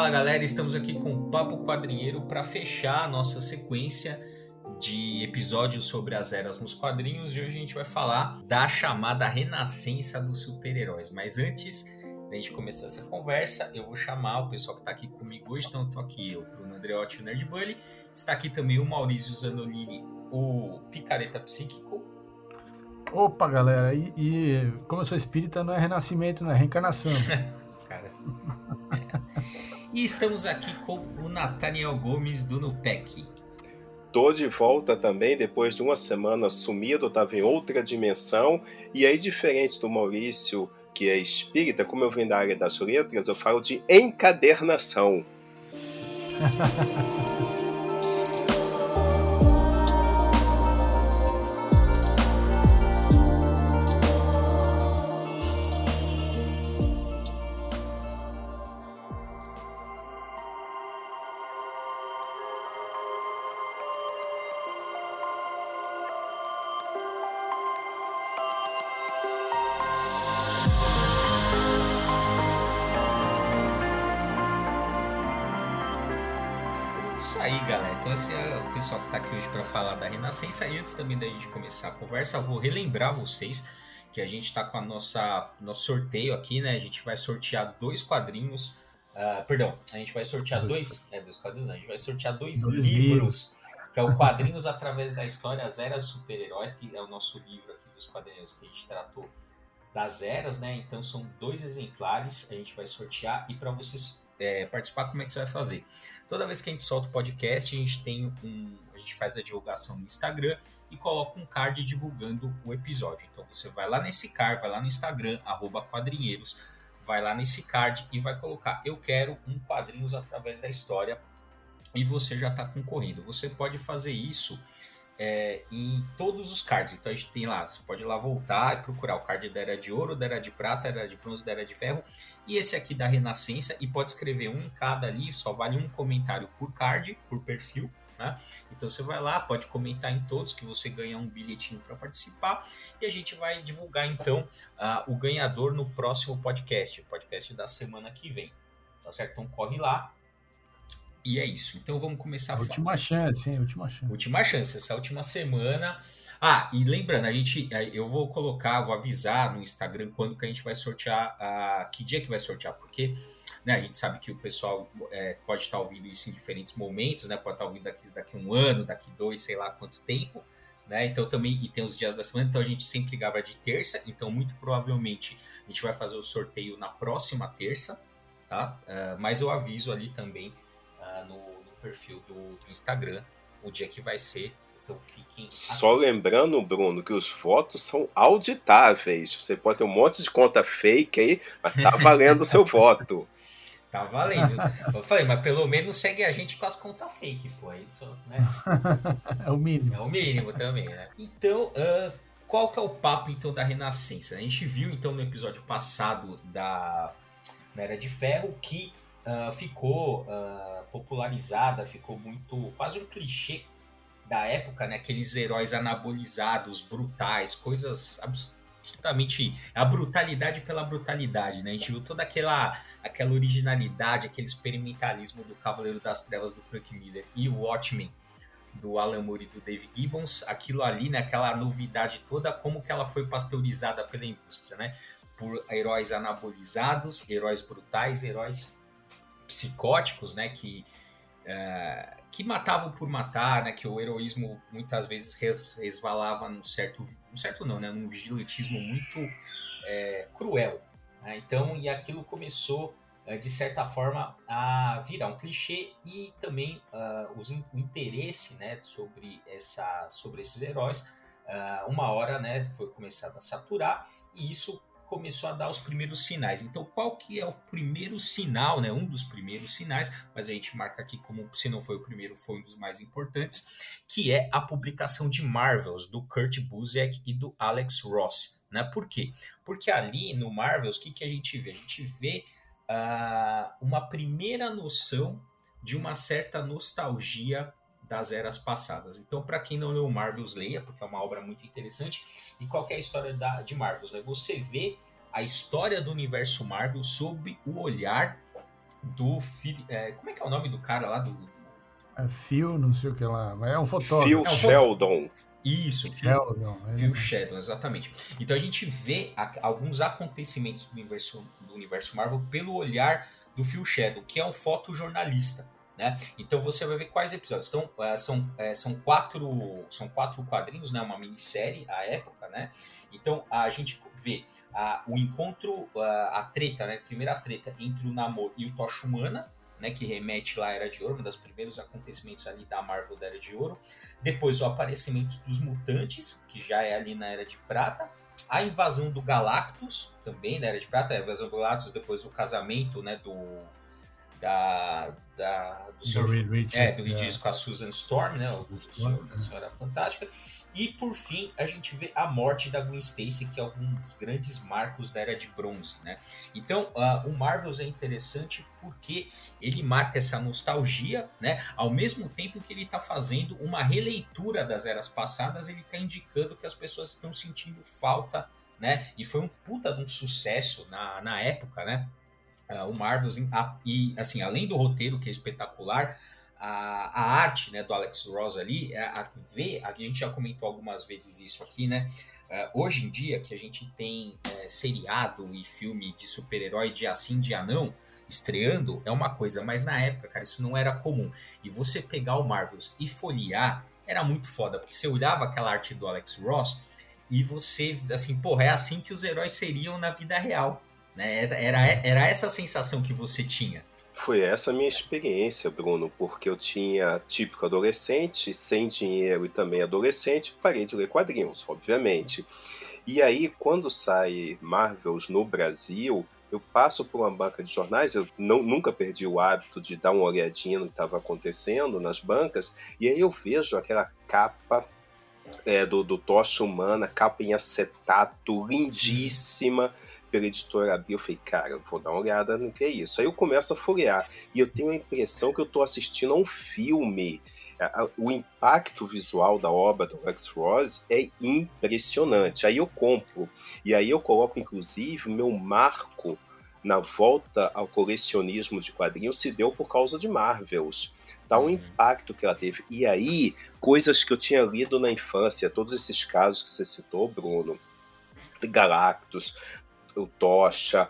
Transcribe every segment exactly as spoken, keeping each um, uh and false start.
Fala galera, estamos aqui com o Papo Quadrinheiro para fechar a nossa sequência de episódios sobre as eras nos quadrinhos e hoje a gente vai falar da chamada renascença dos super-heróis. Mas antes da gente começar essa conversa, eu vou chamar o pessoal que está aqui comigo hoje. Então estou aqui eu, Bruno Andreotti, o Nerd Bunny. Está aqui também o Maurício Zanolini, o Picareta Psíquico. Opa galera, e, e como eu sou espírita, não é renascimento, não é reencarnação. Cara... E estamos aqui com o Nathaniel Gomes do Nupec. Tô de volta também, depois de uma semana sumido, estava em outra dimensão. E aí, diferente do Maurício, que é espírita, como eu venho da área das letras, eu falo de encadernação. Então esse é o pessoal que está aqui hoje para falar da Renascença. E antes também da gente começar a conversa, eu vou relembrar vocês que a gente está com a nossa nosso sorteio aqui, né? A gente vai sortear dois quadrinhos, uh, perdão, a gente vai sortear dois, dois é, dois quadrinhos, não, a gente vai sortear dois, dois livros, livros, que é o Quadrinhos através da História, as Eras Super-Heróis, que é o nosso livro aqui dos quadrinhos que a gente tratou das eras, né? Então são dois exemplares, a gente vai sortear e para vocês é, participar, como é que você vai fazer? Toda vez que a gente solta o podcast, a gente tem um, a gente faz a divulgação no Instagram e coloca um card divulgando o episódio. Então você vai lá nesse card, vai lá no Instagram, arroba quadrinheiros, vai lá nesse card e vai colocar eu quero um Quadrinhos através da História e você já está concorrendo. Você pode fazer isso é, em todos os cards. Então a gente tem lá, você pode ir lá voltar e procurar o card da Era de Ouro, da Era de Prata, da Era de Bronze, da Era de Ferro e esse aqui da Renascença, e pode escrever um em cada ali, só vale um comentário por card, por perfil, né? Então você vai lá, pode comentar em todos que você ganha um bilhetinho para participar e a gente vai divulgar então uh, o ganhador no próximo podcast, o podcast da semana que vem, tá certo? Então corre lá. E é isso. Então vamos começar a Última falar. chance, hein? Última chance. Última chance, essa última semana. Ah, e lembrando, a gente, eu vou colocar, vou avisar no Instagram quando que a gente vai sortear, a, que dia que vai sortear, porque né, a gente sabe que o pessoal é, pode estar ouvindo isso em diferentes momentos, né? Pode estar ouvindo daqui, daqui um ano, daqui dois, sei lá quanto tempo, né? Então também, e tem os dias da semana, então a gente sempre grava de terça, então muito provavelmente a gente vai fazer o sorteio na próxima terça, tá? Uh, mas eu aviso ali também No, no perfil do, do Instagram, o dia que vai ser, então fiquem... Só atentos. Lembrando, Bruno, que os votos são auditáveis, você pode ter um monte de conta fake aí, mas tá valendo o seu voto. Tá valendo. Eu falei, mas pelo menos segue a gente com as contas fake, pô, aí só, né? É o mínimo. É o mínimo também, né? Então, uh, qual que é o papo, então, da Renascença? A gente viu, então, no episódio passado da, da Era de Ferro, que Uh, ficou uh, popularizada, ficou muito, quase um clichê da época, né? Aqueles heróis anabolizados, brutais, coisas absolutamente... A brutalidade pela brutalidade, né? A gente viu toda aquela, aquela originalidade, aquele experimentalismo do Cavaleiro das Trevas do Frank Miller e o Watchmen do Alan Moore e do Dave Gibbons, aquilo ali, né? Aquela novidade toda, como que ela foi pasteurizada pela indústria, né? Por heróis anabolizados, heróis brutais, heróis psicóticos, né, que, uh, que matavam por matar, né, que o heroísmo muitas vezes resvalava num certo, num certo não, né, num vigilantismo muito é, cruel, né? Então, e aquilo começou, uh, de certa forma, a virar um clichê e também uh, os, o interesse, né, sobre, essa, sobre esses heróis, uh, uma hora, né, foi começado a saturar e isso começou a dar os primeiros sinais. Então, qual que é o primeiro sinal, né? Um dos primeiros sinais, mas a gente marca aqui como se não foi o primeiro, foi um dos mais importantes, que é a publicação de Marvels, do Kurt Busiek e do Alex Ross, né? Por quê? Porque ali no Marvels, o que, que a gente vê? A gente vê uh, uma primeira noção de uma certa nostalgia das eras passadas. Então, para quem não leu Marvels, leia, porque é uma obra muito interessante. E qual que é a história da, de Marvels? Né? Você vê a história do universo Marvel sob o olhar do... É, como é que é o nome do cara lá? Do... É Phil, não sei o que lá, mas é um fotógrafo. Phil é um Sheldon. Isso, Phil Sheldon. Phil Sheldon, exatamente. Então a gente vê a, alguns acontecimentos do universo, do universo Marvel pelo olhar do Phil Sheldon, que é um fotojornalista. Né? Então você vai ver quais episódios. Então, uh, são, uh, são, quatro, são quatro quadrinhos, né? Uma minissérie à época. Né? Então a gente vê uh, o encontro, uh, a treta, né? A primeira treta entre o Namor e o Tocha Humana, né, que remete lá à Era de Ouro, um dos primeiros acontecimentos ali da Marvel da Era de Ouro. Depois o aparecimento dos mutantes, que já é ali na Era de Prata. A invasão do Galactus, também na Era de Prata. A invasão do Galactus, depois o casamento, né, do... Da, da, do senhor, Reed Richards, é, do Reed é. com a Susan Storm, né, o, o senhor, a Senhora Fantástica. E por fim a gente vê a morte da Gwen Stacy, que é um dos grandes marcos da Era de Bronze, né? Então uh, o Marvels é interessante porque ele marca essa nostalgia, né? Ao mesmo tempo que ele está fazendo uma releitura das eras passadas, ele está indicando que as pessoas estão sentindo falta, né? E foi um puta de um sucesso na, na época, né? Uh, o Marvels, e assim, além do roteiro, que é espetacular, a, a arte, né, do Alex Ross ali, a, a ver, a gente já comentou algumas vezes isso aqui, né? Uh, hoje em dia, que a gente tem é, seriado e filme de super-herói dia sim, dia não, estreando, é uma coisa, mas na época, cara, isso não era comum. E você pegar o Marvels e folhear, era muito foda, porque você olhava aquela arte do Alex Ross e você, assim, porra, é assim que os heróis seriam na vida real. Né? Era, era essa a sensação que você tinha. Foi essa a minha experiência, Bruno, porque eu tinha típico adolescente, sem dinheiro e também adolescente, parei de ler quadrinhos, obviamente. E aí, quando sai Marvels no Brasil, eu passo por uma banca de jornais, eu não, nunca perdi o hábito de dar uma olhadinha no que estava acontecendo nas bancas, e aí eu vejo aquela capa é, do, do Tocha Humana, capa em acetato, lindíssima, pela editora Abril. Eu falei, cara, eu vou dar uma olhada no que é isso. Aí eu começo a folhear e eu tenho a impressão que eu estou assistindo a um filme. O impacto visual da obra do Alex Ross é impressionante. Aí eu compro e aí eu coloco inclusive o meu marco na volta ao colecionismo de quadrinhos se deu por causa de Marvels. Dá um impacto que ela teve. E aí, coisas que eu tinha lido na infância, todos esses casos que você citou, Bruno, Galactus, o Tocha,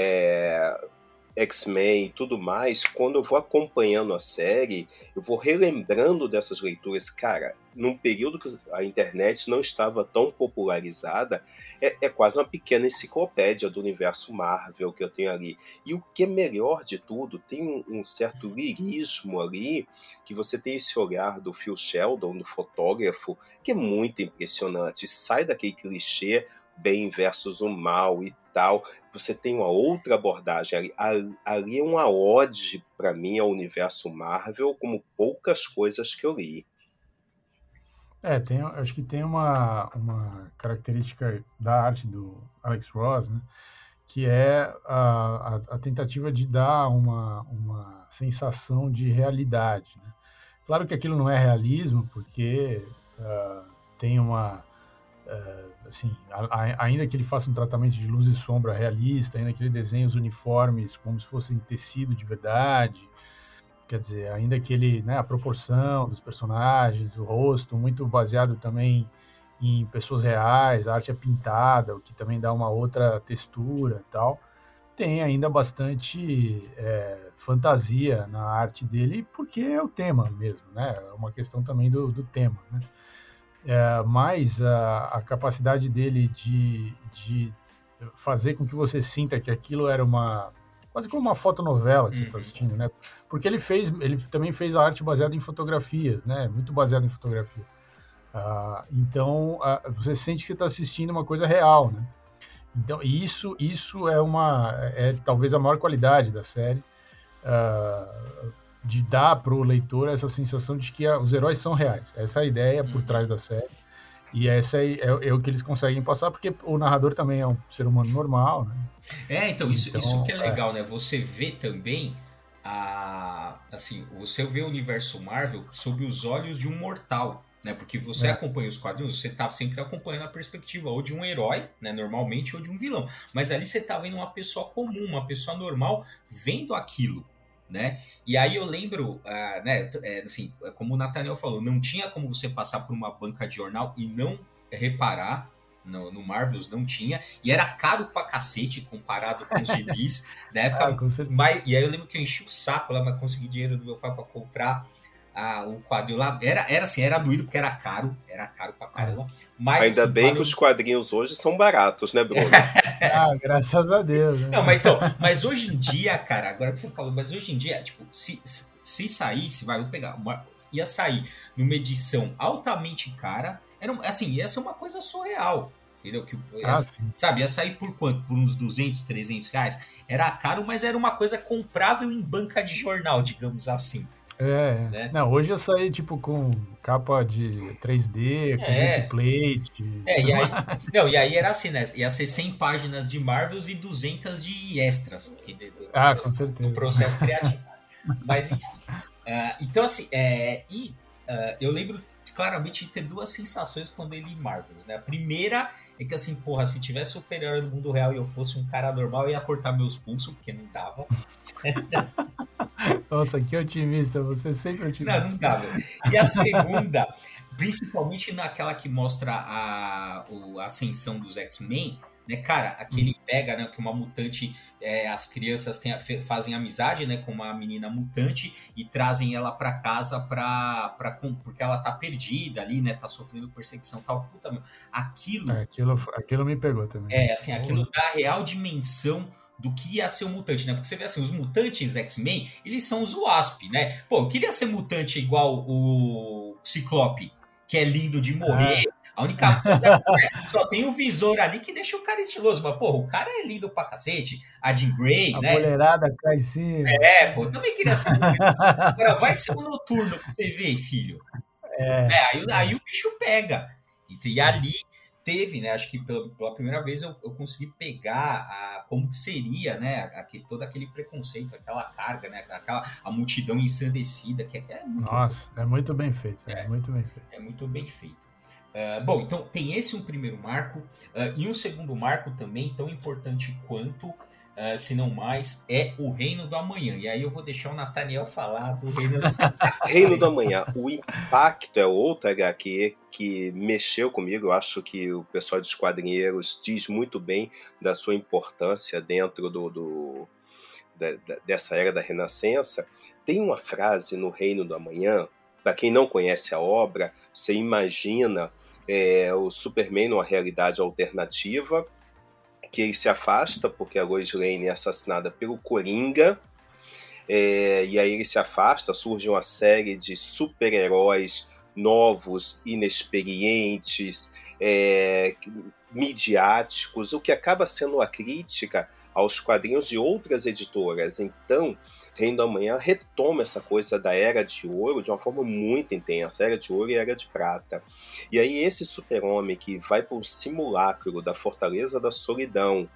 é, X-Men e tudo mais, quando eu vou acompanhando a série, eu vou relembrando dessas leituras. Cara, num período que a internet não estava tão popularizada, é, é quase uma pequena enciclopédia do universo Marvel que eu tenho ali. E o que é melhor de tudo, tem um, um certo lirismo ali, que você tem esse olhar do Phil Sheldon, do fotógrafo, que é muito impressionante. Sai daquele clichê bem versus o mal e tal, você tem uma outra abordagem ali, ali é uma ode para mim ao universo Marvel, como poucas coisas que eu li. É, tem, acho que tem uma, uma característica da arte do Alex Ross, né, que é a, a, a tentativa de dar uma, uma sensação de realidade, né? Claro que aquilo não é realismo, porque uh, tem uma Uh, assim, a, a, ainda que ele faça um tratamento de luz e sombra realista, ainda que ele desenhe os uniformes como se fossem tecido de verdade, quer dizer, ainda que ele, né, a proporção dos personagens, o rosto, muito baseado também em pessoas reais, a arte é pintada, o que também dá uma outra textura e tal, tem ainda bastante é, fantasia na arte dele, porque é o tema mesmo, né, é uma questão também do, do tema, né. É, mas a, a capacidade dele de, de fazer com que você sinta que aquilo era uma quase como uma fotonovela que você está assistindo, né? Porque ele fez, ele também fez a arte baseada em fotografias, né? Muito baseada em fotografia. Ah, então ah, você sente que você está assistindo uma coisa real, né? Então isso, isso é uma, é talvez a maior qualidade da série. Ah, de dar para o leitor essa sensação de que a, os heróis são reais. Essa é a ideia por trás da série. E essa é, é, é o que eles conseguem passar, porque o narrador também é um ser humano normal, né? É, então, isso, então, isso que é legal, é. né? Você vê também a... Assim, você vê o universo Marvel sob os olhos de um mortal, né? Porque você É. acompanha os quadrinhos, você tá sempre acompanhando a perspectiva ou de um herói, né, normalmente, ou de um vilão. Mas ali você tá vendo uma pessoa comum, uma pessoa normal, vendo aquilo, né? E aí eu lembro, uh, né, é, assim, como o Nathaniel falou, não tinha como você passar por uma banca de jornal e não reparar. No, no Marvels não tinha, e era caro pra cacete comparado com os gibis da época. Ah, com certeza. Mas, e aí eu lembro que eu enchi o saco lá, mas consegui dinheiro do meu pai pra comprar ah, o quadrinho lá. Era, era assim, era doído porque era caro, era caro pra caramba. Mas, Ainda assim, bem valeu... que os quadrinhos hoje são baratos, né, Bruno? Ah, graças a Deus. Né? Não, mas, então, mas hoje em dia, cara, agora que você falou, mas hoje em dia, tipo, se, se, se saísse, vai, vou pegar, uma, ia sair numa edição altamente cara, era, assim, ia ser uma coisa surreal. Entendeu? Que, ia, Ah, sabe, ia sair por quanto? Por uns duzentos, trezentos reais? Era caro, mas era uma coisa comprável em banca de jornal, digamos assim. É, né? Não, hoje eu saí tipo com capa de três D, com é. book plate. É, e aí, não, e aí era assim, né? Ia ser cem páginas de Marvels e duzentas de extras. Que, do, ah, do, com certeza. Do processo criativo. Mas, enfim. Uh, então, assim, é, e uh, eu lembro claramente de ter duas sensações quando eu li Marvels, né? A primeira é que, assim, porra, se tivesse super-herói no mundo real e eu fosse um cara normal, eu ia cortar meus pulsos, porque não dava. Nossa, que otimista, você sempre otimista. Não, não dava. E a segunda, principalmente naquela que mostra a, a ascensão dos X-Men, né, cara, aquele pega, né, que uma mutante, é, as crianças tem, fazem amizade, né, com uma menina mutante e trazem ela pra casa pra, pra, porque ela tá perdida ali, né, tá sofrendo perseguição e tal. Puta, meu, aquilo... É, aquilo, aquilo me pegou também. É, assim, aquilo dá a real dimensão do que ia ser o mutante, né? Porque você vê assim, os mutantes X-Men, eles são os Wasp, né? Pô, eu queria ser mutante igual o Ciclope, que é lindo de morrer. Ah. A única coisa é, só tem o visor ali que deixa o cara estiloso. Mas, pô, o cara é lindo pra cacete. A Jean Grey, a né? A mulherada cai em cima. É, pô, eu também queria ser mutante. Agora, vai ser um noturno pra você ver, filho. É. é aí, aí o bicho pega. E, e ali... teve, né? Acho que pela, pela primeira vez eu, eu consegui pegar a, como que seria, né? Aquele, todo aquele preconceito, aquela carga, né? Aquela, a multidão ensandecida, que é, é muito... Nossa, bom. é muito bem feito. É, é muito bem feito. É muito bem feito. Uh, bom, então tem esse um primeiro marco. Uh, e um segundo marco também, tão importante quanto... Uh, se não mais, é o Reino do Amanhã. E aí eu vou deixar o Nathaniel falar do Reino do Amanhã. Reino do Amanhã. O Impacto é outra H Q que mexeu comigo. Eu acho que o pessoal dos quadrinheiros diz muito bem da sua importância dentro do, do, da, dessa era da Renascença. Tem uma frase no Reino do Amanhã, para quem não conhece a obra, você imagina é, o Superman numa realidade alternativa, que ele se afasta porque a Lois Lane é assassinada pelo Coringa, é, e aí ele se afasta, surge uma série de super-heróis novos, inexperientes, é, midiáticos, o que acaba sendo uma crítica aos quadrinhos de outras editoras. Então, Reino do Amanhã retoma essa coisa da Era de Ouro de uma forma muito intensa, Era de Ouro e Era de Prata. E aí esse super-homem que vai para o simulacro da Fortaleza da Solidão,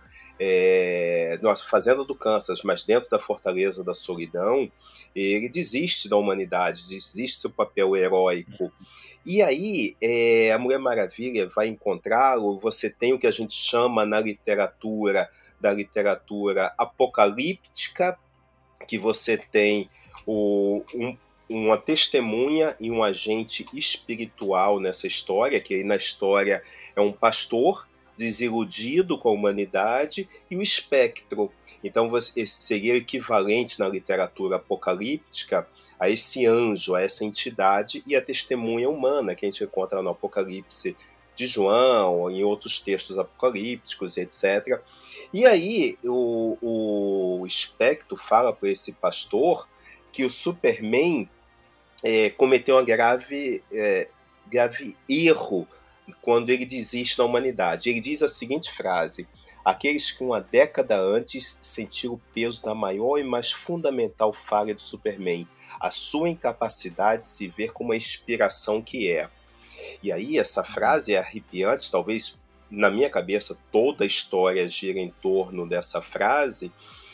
é, nossa, Fazenda do Kansas, mas dentro da Fortaleza da Solidão, ele desiste da humanidade, desiste do seu papel heróico. E aí é, a Mulher Maravilha vai encontrá-lo. Você tem o que a gente chama na literatura, da literatura apocalíptica, que você tem o, um, uma testemunha e um agente espiritual nessa história, que na história é um pastor desiludido com a humanidade, e o espectro. Então esse seria equivalente na literatura apocalíptica a esse anjo, a essa entidade, e a testemunha humana que a gente encontra no Apocalipse de João, ou em outros textos apocalípticos, etcétera. E aí o, o espectro fala para esse pastor que o Superman é, cometeu um grave, é, grave erro quando ele desiste da humanidade. Ele diz a seguinte frase: aqueles que uma década antes sentiram o peso da maior e mais fundamental falha do Superman, a sua incapacidade de se ver como a inspiração que é. E aí essa frase é arrepiante, talvez na minha cabeça toda a história gira em torno dessa frase,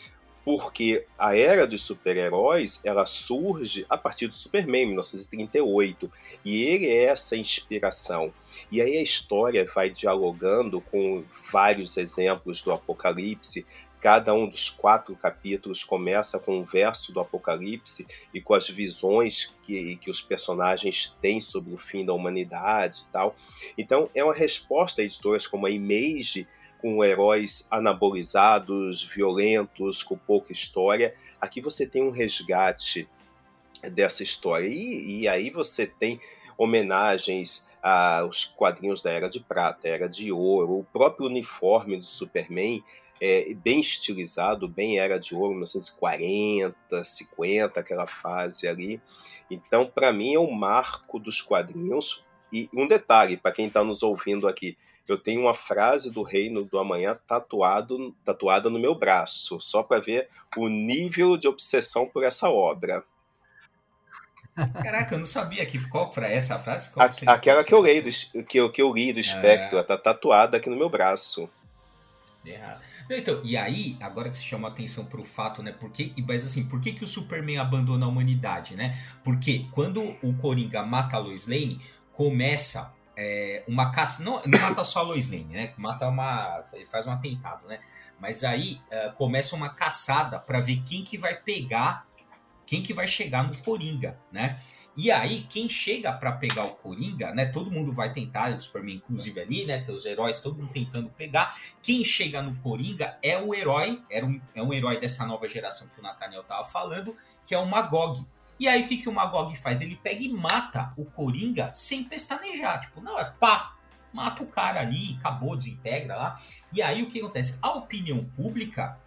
porque a era de super-heróis ela surge a partir do Superman, em mil novecentos e trinta e oito, e ele é essa inspiração. E aí a história vai dialogando com vários exemplos do Apocalipse. Cada um dos quatro capítulos começa com um verso do Apocalipse e com as visões que, que os personagens têm sobre o fim da humanidade e tal. Então é uma resposta a editoras como a Image, com heróis anabolizados, violentos, com pouca história. Aqui você tem um resgate dessa história. E, e aí você tem homenagens aos quadrinhos da Era de Prata, Era de Ouro, o próprio uniforme do Superman é bem estilizado, bem Era de Ouro, mil novecentos e quarenta, cinquenta, aquela fase ali. Então, para mim, é um marco dos quadrinhos. E um detalhe, para quem está nos ouvindo aqui, eu tenho uma frase do Reino do Amanhã tatuado, tatuada no meu braço, só para ver o nível de obsessão por essa obra. Caraca, eu não sabia que qual foi essa frase. Qual A, aquela que eu, leio do, que, eu, que eu li do Spectre, é... tá tatuada aqui no meu braço. Errado. Então, e aí, agora que se chama a atenção pro fato, né? Porque, mas assim, por que, que o Superman abandona a humanidade, né? Porque quando o Coringa mata a Lois Lane, começa é, uma caça. Não, não mata só a Lois Lane, né? Mata uma. Ele faz um atentado, né? Mas aí uh, começa uma caçada para ver quem que vai pegar, quem que vai chegar no Coringa, né? E aí, quem chega para pegar o Coringa, né? Todo mundo vai tentar, o Superman inclusive ali, né? Tem os heróis, todo mundo tentando pegar. Quem chega no Coringa é o herói, era um, é um herói dessa nova geração que o Nathaniel tava falando, que é o Magog. E aí, o que, que o Magog faz? Ele pega e mata o Coringa sem pestanejar. Tipo, não, é pá, mata o cara ali, acabou, desintegra lá. E aí, o que acontece? A opinião pública...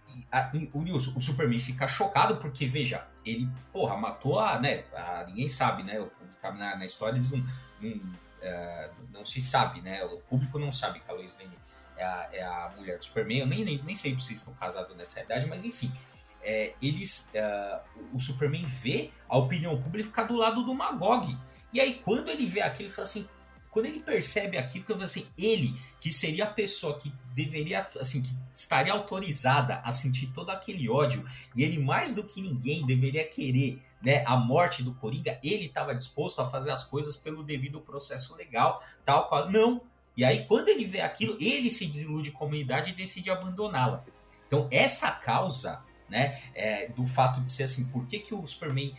A, o, o Superman fica chocado porque, veja, ele, porra, matou a, né, a, ninguém sabe, né, o público na, na história eles não, não, uh, não se sabe, né, o público não sabe que a Lois Lane é a, é a mulher do Superman, eu nem, nem, nem sei se vocês estão casados nessa idade, mas enfim, é, eles, uh, o Superman vê a opinião pública ficar do lado do Magog, e aí quando ele vê aquilo, ele fala assim, quando ele percebe aquilo, porque assim, ele, que seria a pessoa que deveria, assim, que estaria autorizada a sentir todo aquele ódio, e ele mais do que ninguém deveria querer, né, a morte do Coringa, ele estava disposto a fazer as coisas pelo devido processo legal, tal qual, não. E aí, quando ele vê aquilo, ele se desilude com a humanidade e decide abandoná-la. Então, essa causa, né, é, do fato de ser assim, por que, que o Superman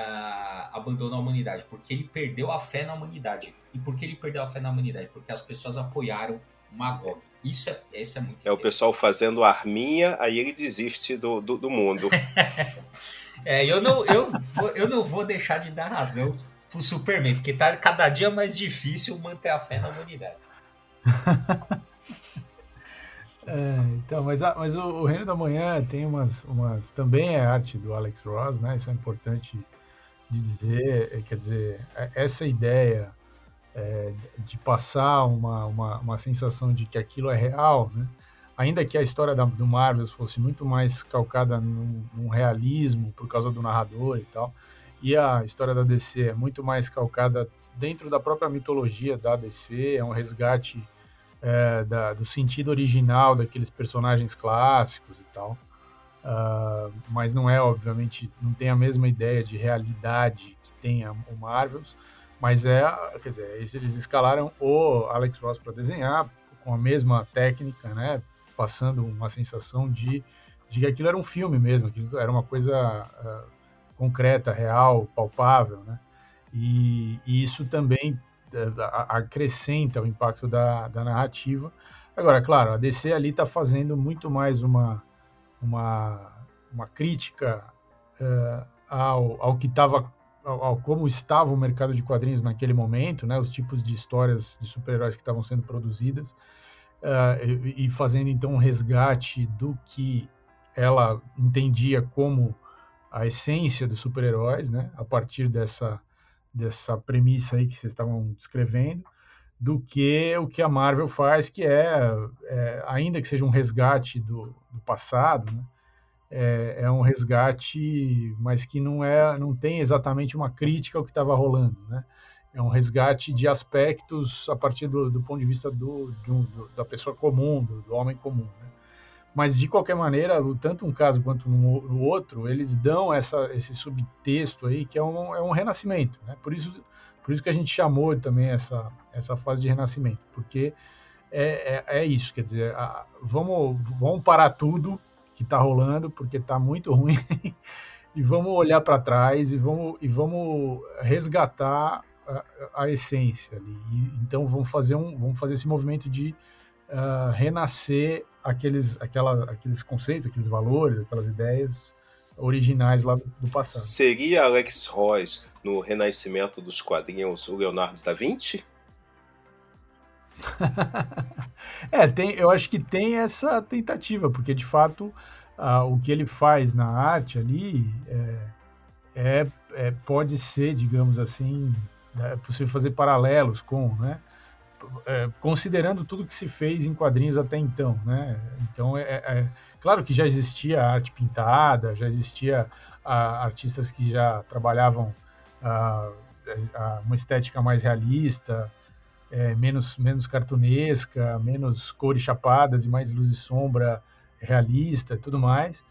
Uh, abandonou a humanidade? Porque ele perdeu a fé na humanidade. E por que ele perdeu a fé na humanidade? Porque as pessoas apoiaram o Magog. Isso é, isso é muito É o pessoal fazendo arminha, aí ele desiste do, do, do mundo. é, eu não, eu, vou, eu não vou deixar de dar razão pro Superman, porque tá cada dia mais difícil manter a fé na humanidade. É, então, mas, a, mas o, o Reino da Manhã tem umas, umas... Também é arte do Alex Ross, né? Isso é importante de dizer. Quer dizer, essa ideia é, de passar uma, uma, uma sensação de que aquilo é real, né? Ainda que a história da, do Marvel fosse muito mais calcada num, num realismo por causa do narrador e tal, e a história da D C é muito mais calcada dentro da própria mitologia da D C, é um resgate É, da, do sentido original daqueles personagens clássicos e tal, uh, mas não é, obviamente, não tem a mesma ideia de realidade que tem a, o Marvels, mas é, quer dizer, eles escalaram o Alex Ross para desenhar com a mesma técnica, né, passando uma sensação de, de que aquilo era um filme mesmo, aquilo era uma coisa uh, concreta, real, palpável, né, e, e isso também acrescenta o impacto da, da narrativa. Agora, claro, a D C ali está fazendo muito mais uma, uma, uma crítica uh, ao, ao que estava, ao, ao como estava o mercado de quadrinhos naquele momento, né, os tipos de histórias de super-heróis que estavam sendo produzidas, uh, e, e fazendo então um resgate do que ela entendia como a essência dos super-heróis, né, a partir dessa dessa premissa aí que vocês estavam descrevendo, do que o que a Marvel faz, que é, é ainda que seja um resgate do, do passado, né, é, é um resgate, mas que não, é, não tem exatamente uma crítica ao que estava rolando, né? É um resgate de aspectos a partir do, do ponto de vista do, do, do, da pessoa comum, do, do homem comum, né? Mas, de qualquer maneira, tanto um caso quanto no outro, eles dão essa, esse subtexto aí, que é um, é um renascimento, né? Por isso, por isso que a gente chamou também essa, essa fase de renascimento, porque é, é, é isso, quer dizer, a, vamos, vamos parar tudo que está rolando, porque está muito ruim, e vamos olhar para trás e vamos, e vamos resgatar a, a essência ali. E, então, vamos fazer, um, vamos fazer esse movimento de uh, renascer aqueles, aquela, aqueles conceitos, aqueles valores, aquelas ideias originais lá do, do passado. Seria Alex Ross, no renascimento dos quadrinhos, o Leonardo da Vinci? é, tem, eu acho que tem essa tentativa, porque de fato uh, o que ele faz na arte ali é, é, é, pode ser, digamos assim, é possível fazer paralelos com, né? É, considerando tudo que se fez em quadrinhos até então, né? Então, é, é claro que já existia arte pintada, já existia a, artistas que já trabalhavam a, a, uma estética mais realista, é, menos, menos cartunesca, menos cores chapadas e mais luz e sombra realista e tudo mais.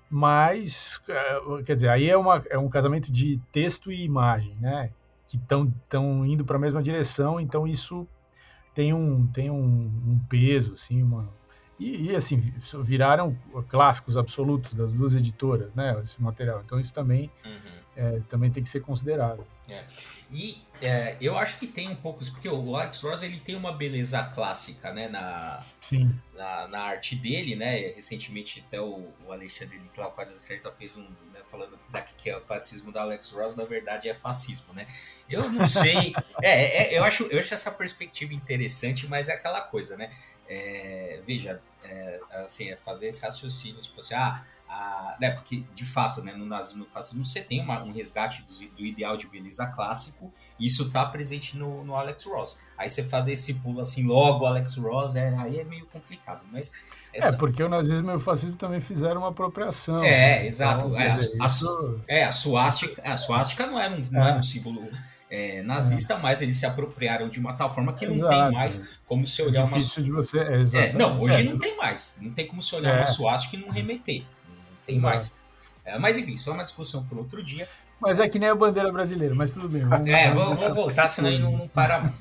Mas, quer dizer, aí é, uma, é um casamento de texto e imagem, né? Que estão indo para a mesma direção, então isso tem um, tem um, um peso, assim, uma... E, e, assim, viraram clássicos absolutos das duas editoras, né, esse material. Então isso também, uhum. é, também tem que ser considerado. É. E é, eu acho que tem um pouco... Porque o Alex Ross, ele tem uma beleza clássica, né, na, Sim. na, na arte dele, né? Recentemente até o, o Alexandre de Clau quase acerta fez um... Né, falando que, que é o fascismo da Alex Ross, na verdade é fascismo, né? Eu não sei... é, é, eu, acho, eu acho essa perspectiva interessante, mas é aquela coisa, né? É, veja, é, assim, é fazer esse raciocínio, tipo assim, ah, ah, né, porque de fato, né, no nazismo, no fascismo, você tem uma, um resgate do, do ideal de beleza clássico, e isso tá presente no, no Alex Ross. Aí você fazer esse pulo assim, logo Alex Ross, é, aí é meio complicado, mas... Essa... É, porque o nazismo e o fascismo também fizeram uma apropriação. É, né? exato. Então, é, a, dizer, a, isso... é, a suástica, a suástica não era um, não era um símbolo... É, nazista, é. mas eles se apropriaram de uma tal forma que não Exato. tem mais como se olhar é difícil uma... de você... É, é, não, hoje é. não tem mais. Não tem como se olhar é. uma suástica e não remeter. Não tem Exato. mais. É, mas enfim, só uma discussão para outro dia. Mas é que nem a bandeira brasileira, mas tudo bem. Vamos, é, vamos, vamos voltar, senão ele não, não para mais.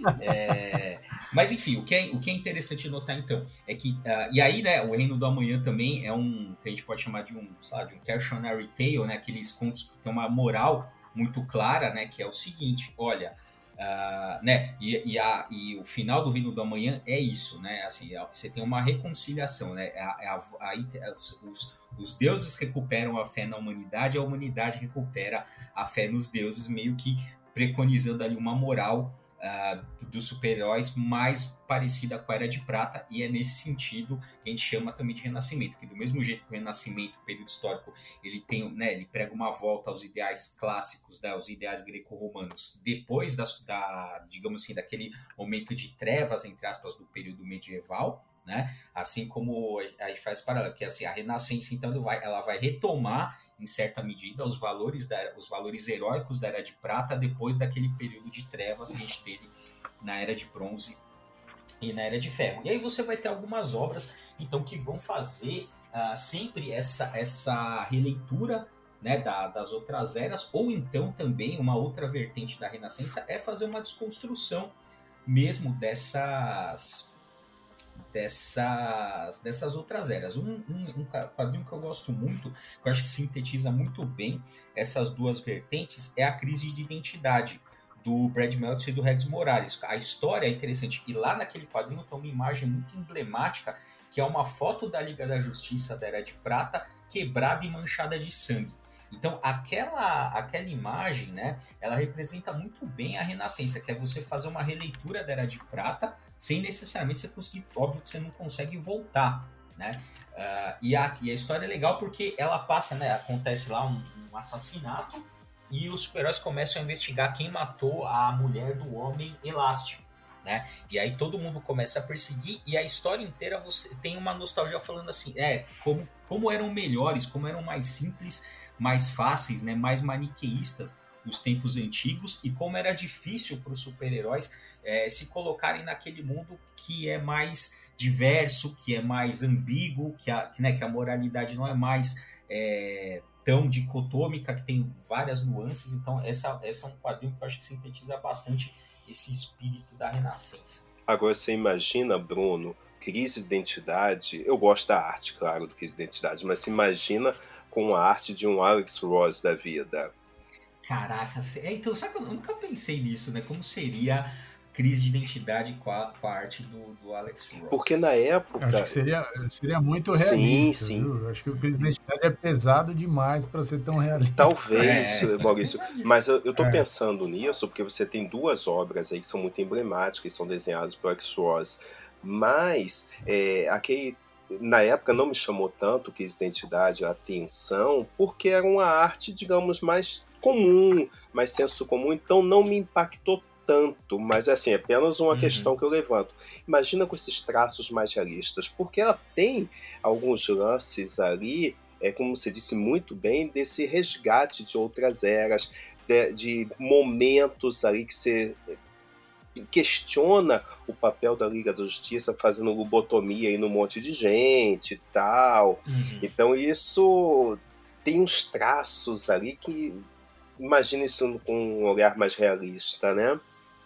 É, mas enfim, o que, é, o que é interessante notar então é que, uh, e aí, né, o Reino do Amanhã também é um, que a gente pode chamar de um, sabe, de um cautionary tale, né, aqueles contos que tem uma moral muito clara, né, que é o seguinte, olha, uh, né, e, e, a, e o final do Reino do Amanhã é isso, né, assim, você tem uma reconciliação, né, a, a, a, os, os deuses recuperam a fé na humanidade, a humanidade recupera a fé nos deuses, meio que preconizando ali uma moral uh, dos super-heróis mais parecida com a Era de Prata, e é nesse sentido que a gente chama também de Renascimento, que do mesmo jeito que o Renascimento, o período histórico, ele tem, né, ele prega uma volta aos ideais clássicos, né, aos ideais greco-romanos, depois da, da, digamos assim, daquele momento de trevas, entre aspas, do período medieval, né? Assim como a gente faz paralelo, que assim, a Renascença, então, ela vai, ela vai retomar, em certa medida, os valores, da, os valores heróicos da Era de Prata depois daquele período de trevas que a gente teve na Era de Bronze e na Era de Ferro. E aí você vai ter algumas obras, então, que vão fazer uh, sempre essa, essa releitura, né, da, das outras eras, ou então também uma outra vertente da Renascença é fazer uma desconstrução mesmo dessas... Dessas, dessas outras eras. Um, um, um quadrinho que eu gosto muito, que eu acho que sintetiza muito bem essas duas vertentes, é a Crise de Identidade, do Brad Meltzer e do Rex Morales. A história é interessante, e lá naquele quadrinho tem uma imagem muito emblemática, que é uma foto da Liga da Justiça da Era de Prata, quebrada e manchada de sangue. Então, aquela, aquela imagem, né, ela representa muito bem a Renascença, que é você fazer uma releitura da Era de Prata, sem necessariamente você conseguir, óbvio que você não consegue voltar, né? Uh, e, a, e a história é legal porque ela passa, né, acontece lá um, um assassinato e os super-heróis começam a investigar quem matou a mulher do Homem Elástico, né? E aí todo mundo começa a perseguir e a história inteira você tem uma nostalgia falando assim, é, como, como eram melhores, como eram mais simples, mais fáceis, né, mais maniqueístas os tempos antigos e como era difícil para os super-heróis é, se colocarem naquele mundo que é mais diverso, que é mais ambíguo, que a, que, né, que a moralidade não é mais é, tão dicotômica, que tem várias nuances. Então essa, essa é um quadrinho que eu acho que sintetiza bastante esse espírito da Renascença. Agora você imagina, Bruno, crise de identidade, eu gosto da arte, claro, do crise de identidade, mas se imagina com a arte de um Alex Ross da vida. Caraca, então, sabe que eu nunca pensei nisso, né? Como seria crise de identidade com a, com a arte do, do Alex Ross? Porque na época... Acho que seria, seria muito realista, sim, sim. Viu? Acho que o crise de identidade é pesado demais para ser tão realista. Talvez, é, Maurício, mas eu, eu tô é. pensando nisso porque você tem duas obras aí que são muito emblemáticas, que são desenhadas por Alex Ross, mas é, aquele... na época não me chamou tanto que identidade a atenção, porque era uma arte, digamos, mais comum, mais senso comum, então não me impactou tanto, mas assim, é apenas uma uhum. questão que eu levanto. Imagina com esses traços mais realistas, porque ela tem alguns lances ali, é, como você disse muito bem, desse resgate de outras eras, de, de momentos ali que você questiona o papel da Liga da Justiça fazendo lobotomia aí num monte de gente e tal. Uhum. Então isso tem uns traços ali que imagina isso com um olhar mais realista, né?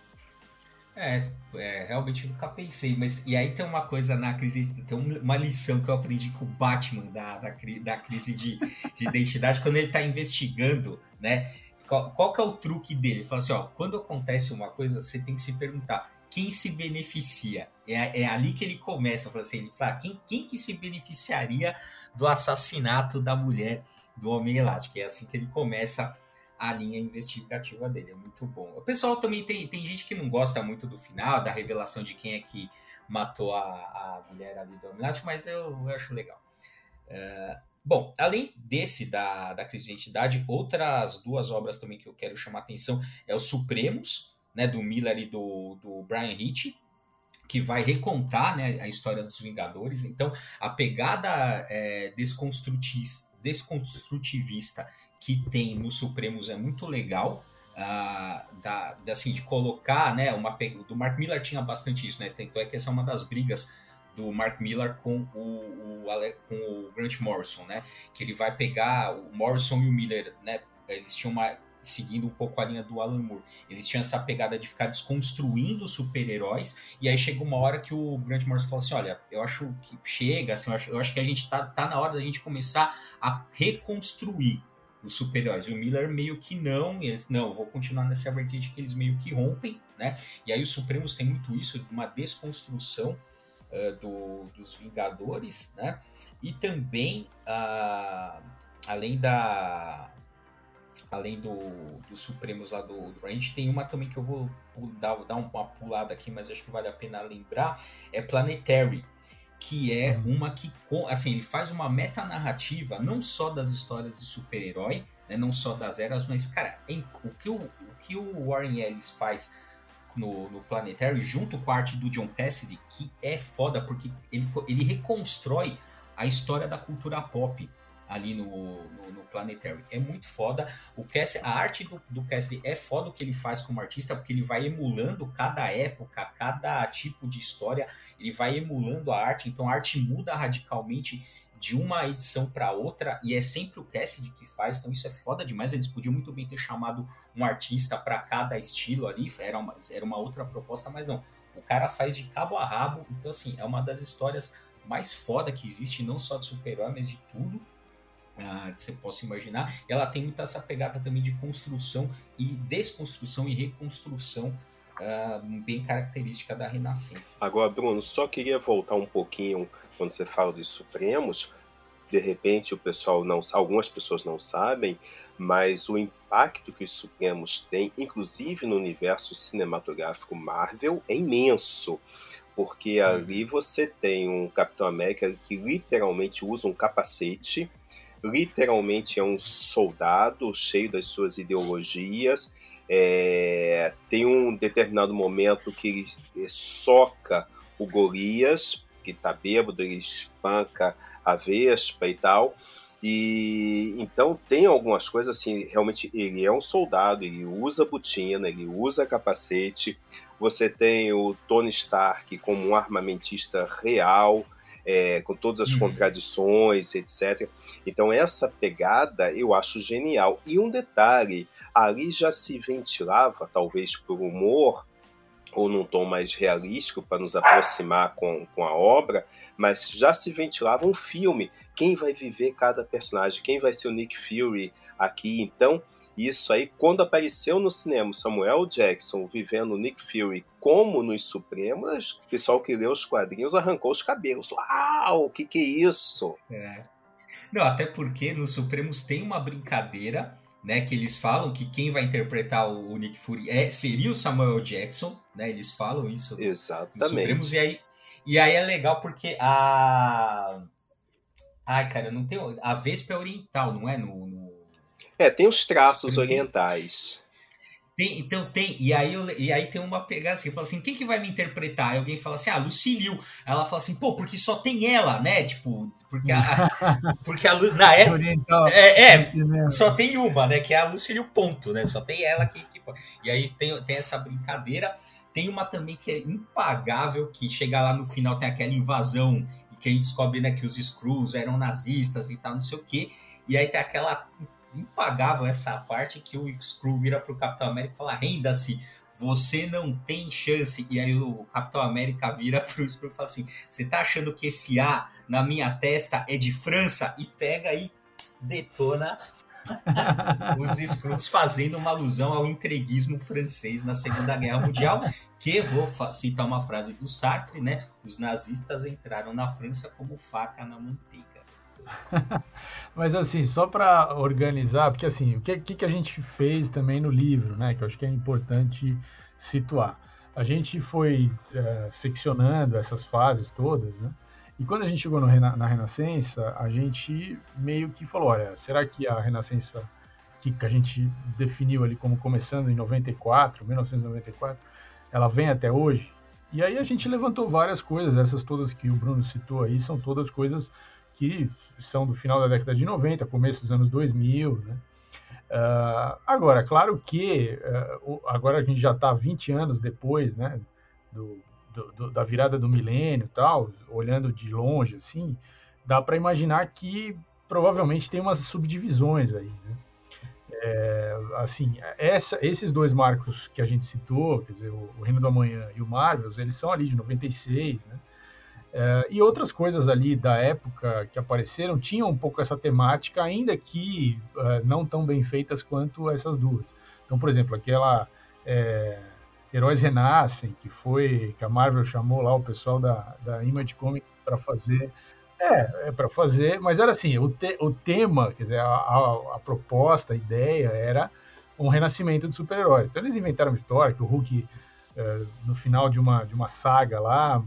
É, é, realmente nunca pensei, mas e aí tem uma coisa na crise, tem uma lição que eu aprendi com o Batman da, da, da crise de, de identidade, quando ele tá investigando, né? Qual, qual que é o truque dele? Ele fala assim, ó, quando acontece uma coisa, você tem que se perguntar quem se beneficia. É, é ali que ele começa, fala assim, ele fala, quem, quem que se beneficiaria do assassinato da mulher do Homem Elástico? É assim que ele começa a linha investigativa dele, é muito bom. O pessoal também tem, tem gente que não gosta muito do final, da revelação de quem é que matou a, a mulher ali do Homem Elástico, mas eu, eu acho legal. Uh, bom, além desse da, da crise de identidade, outras duas obras também que eu quero chamar a atenção é os Supremos, né, do Miller e do, do Brian Hitch, que vai recontar, né, a história dos Vingadores. Então, a pegada é, desconstrutivista, desconstrutivista que tem nos Supremos é muito legal, uh, da, da, assim, de colocar, né, uma, do Mark Millar tinha bastante isso, né, então é que essa é uma das brigas do Mark Millar com o, o, com o Grant Morrison, né, que ele vai pegar o Morrison e o Miller, né, eles tinham uma, seguindo um pouco a linha do Alan Moore, eles tinham essa pegada de ficar desconstruindo super-heróis, e aí chega uma hora que o Grant Morrison fala assim, olha, eu acho que chega, assim, eu, acho, eu acho que a gente tá, tá na hora da gente começar a reconstruir os super-heróis. E o Miller meio que não, ele, não, eu vou continuar nessa vertente que eles meio que rompem, né? E aí os Supremos tem muito isso, uma desconstrução uh, do, dos Vingadores, né? E também, uh, além da... além do, dos Supremos lá do, do... A gente tem uma também que eu vou dar, dar uma pulada aqui, mas acho que vale a pena lembrar, é Planetary, que é uma que, assim, ele faz uma metanarrativa não só das histórias de super-herói, né, não só das eras, mas, cara, em, o, que o, o que o Warren Ellis faz no, no Planetary, junto com a arte do John Cassaday, que é foda, porque ele, ele reconstrói a história da cultura pop ali no, no, no Planetary. É muito foda. O Cassaday, a arte do, do Cassaday é foda o que ele faz como artista, porque ele vai emulando cada época, cada tipo de história, ele vai emulando a arte, então a arte muda radicalmente de uma edição para outra, e é sempre o Cassaday que faz, então isso é foda demais. Eles podiam muito bem ter chamado um artista para cada estilo ali, era uma, era uma outra proposta, mas não. O cara faz de cabo a rabo, então assim, é uma das histórias mais foda que existe, não só de super-herói, mas de tudo. Uh, que você possa imaginar. Ela tem muita essa pegada também de construção e desconstrução e reconstrução uh, bem característica da Renascença. Agora, Bruno, só queria voltar um pouquinho quando você fala dos Supremos. De repente, o pessoal não, algumas pessoas não sabem, mas o impacto que os Supremos têm, inclusive no universo cinematográfico Marvel, é imenso. Porque ali você tem um Capitão América que literalmente usa um capacete, literalmente é um soldado cheio das suas ideologias. É, tem um determinado momento que ele soca o Golias, que está bêbado, ele espanca a Vespa e tal. E então tem algumas coisas assim, realmente ele é um soldado, ele usa botina, ele usa capacete. Você tem o Tony Stark como um armamentista real, é, com todas as Uhum. contradições, etcétera. Então essa pegada eu acho genial. E um detalhe, ali já se ventilava, talvez por humor, ou num tom mais realístico para nos aproximar com, com a obra, mas já se ventilava um filme. Quem vai viver cada personagem? Quem vai ser o Nick Fury aqui? Então, isso aí, quando apareceu no cinema Samuel Jackson vivendo o Nick Fury como nos Supremos, o pessoal que leu os quadrinhos arrancou os cabelos. Uau, o que, que é isso? É. Não, até porque nos Supremos tem uma brincadeira, né, que eles falam que quem vai interpretar o Nick Fury é, seria o Samuel Jackson, né, eles falam isso no, Exatamente. nos Supremos, e aí, e aí é legal porque a... Ai, cara, não tem... A Vespa é oriental, não é? No, no... É, tem os traços Tem- orientais. Tem, então tem, e aí, eu, e aí tem uma pegada assim, fala assim, quem que vai me interpretar? Aí alguém fala assim, ah, Lucy Liu. Ela fala assim, pô, porque só tem ela, né? Tipo, porque a, porque a Lu- na época, Oriental, é, no é, cinema. só tem uma, né? Que é a Lucy Liu, ponto, né? Só tem ela que, que... E aí tem, tem essa brincadeira. Tem uma também que é impagável, que chega lá no final, tem aquela invasão, e que a gente descobre, né, que os Skrulls eram nazistas e tal, não sei o quê. E aí tem aquela... impagável essa parte que o Skrull vira pro Capitão América e fala, renda-se, você não tem chance. E aí o Capitão América vira pro Skrull e fala assim, você tá achando que esse A na minha testa é de França? E pega e detona os Skrulls, fazendo uma alusão ao entreguismo francês na Segunda Guerra Mundial, que, vou citar uma frase do Sartre, né, os nazistas entraram na França como faca na manteiga. Mas assim, só para organizar, porque assim, o que, que a gente fez também no livro, né? Que eu acho que é importante situar. A gente foi é, seccionando essas fases todas, né? E quando a gente chegou no, na Renascença, a gente meio que falou, olha, será que a Renascença que, que a gente definiu ali como começando em noventa e quatro, mil novecentos e noventa e quatro, ela vem até hoje? E aí a gente levantou várias coisas, essas todas que o Bruno citou aí, são todas coisas que são do final da década de noventa, começo dos anos dois mil, né? Uh, agora, claro que uh, agora a gente já está vinte anos depois, né, do, do, da virada do milênio e tal, olhando de longe, assim, dá para imaginar que provavelmente tem umas subdivisões aí, né? É, assim, essa, esses dois marcos que a gente citou, quer dizer, o, o Reino do Amanhã e o Marvels, eles são ali de noventa e seis, né? É, e outras coisas ali da época que apareceram tinham um pouco essa temática, ainda que uh, não tão bem feitas quanto essas duas. Então, por exemplo, aquela é, Heróis Renascem, que foi que a Marvel chamou lá o pessoal da, da Image Comics para fazer. É, é para fazer, mas era assim, o, te, o tema, quer dizer, a, a, a proposta, a ideia era um renascimento de super-heróis. Então eles inventaram uma história que o Hulk, uh, no final de uma, de uma saga lá,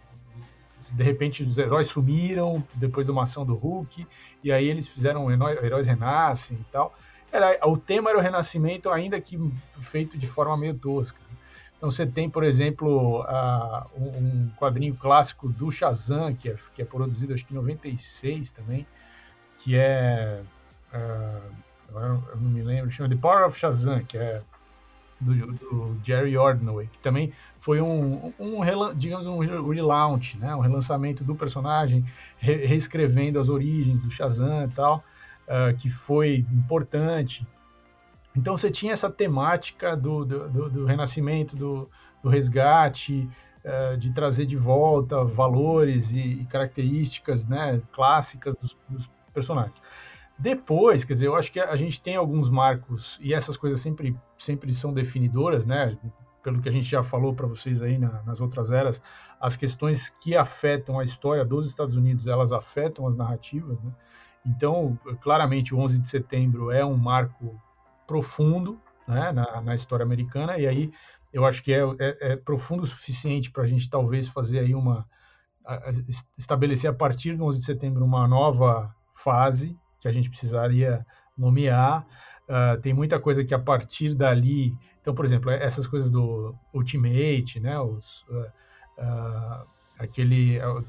de repente os heróis sumiram depois de uma ação do Hulk, e aí eles fizeram Heróis Renascem e tal. Era, o tema era o renascimento, ainda que feito de forma meio tosca. Então você tem, por exemplo, uh, um quadrinho clássico do Shazam, que é, que é produzido acho que em noventa e seis também, que é... Uh, eu não me lembro, chama The Power of Shazam, que é do, do Jerry Ordway, que também foi um, um, um digamos, um relaunch, né? Um relançamento do personagem, re reescrevendo as origens do Shazam e tal, uh, que foi importante. Então você tinha essa temática do, do, do, do renascimento, do, do resgate, uh, de trazer de volta valores e, e características, né, clássicas dos, dos personagens. Depois, quer dizer, eu acho que a gente tem alguns marcos, e essas coisas sempre, sempre são definidoras, né? Pelo que a gente já falou para vocês aí na, nas outras eras, as questões que afetam a história dos Estados Unidos, elas afetam as narrativas, né? Então, claramente, o onze de setembro é um marco profundo, né, na, na história americana, e aí eu acho que é, é, é profundo o suficiente para a gente talvez fazer aí uma... A, a, estabelecer a partir do onze de setembro uma nova fase, que a gente precisaria nomear. Uh, tem muita coisa que a partir dali... Então, por exemplo, essas coisas do Ultimate, né? Os, uh, uh, aquele, uh,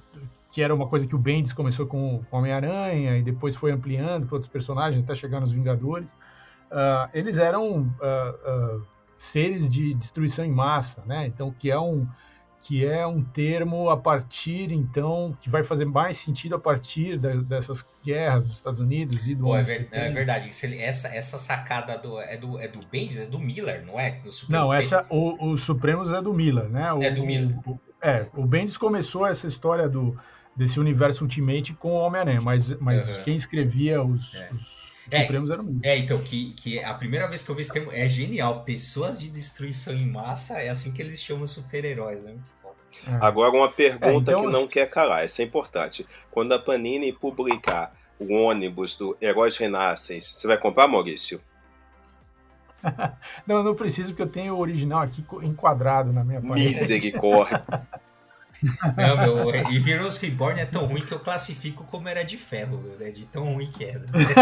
que era uma coisa que o Bendis começou com o Homem-Aranha e depois foi ampliando para outros personagens até chegar nos Vingadores. Uh, eles eram uh, uh, seres de destruição em massa, né? Então, que é um que é um termo a partir, então, que vai fazer mais sentido a partir da, dessas guerras dos Estados Unidos e do... Pô, é, ver, é verdade, Isso, essa, essa sacada do, é, do, é do Bendis, é do Miller, não é? Do não, essa, o, o Supremos é do Miller, né? O, é do Miller. O, é, o Bendis começou essa história do, desse universo Ultimate com o Homem-Aranha, mas, mas uhum. quem escrevia os... É. os É, Supremos era o Miller. É, então, que, que a primeira vez que eu vi esse termo é genial. Pessoas de destruição em massa, é assim que eles chamam super-heróis, né? Muito foda. É. Agora, uma pergunta é, então, que não assim... quer calar, essa é importante. Quando a Panini publicar o ônibus do Heróis Renascem, você vai comprar, Maurício? Não, não preciso, porque eu tenho o original aqui enquadrado na minha parede. Misericórdia. Não, meu, e Heroes Reborn é tão ruim que eu classifico como Era de Ferro, né? De tão ruim que é.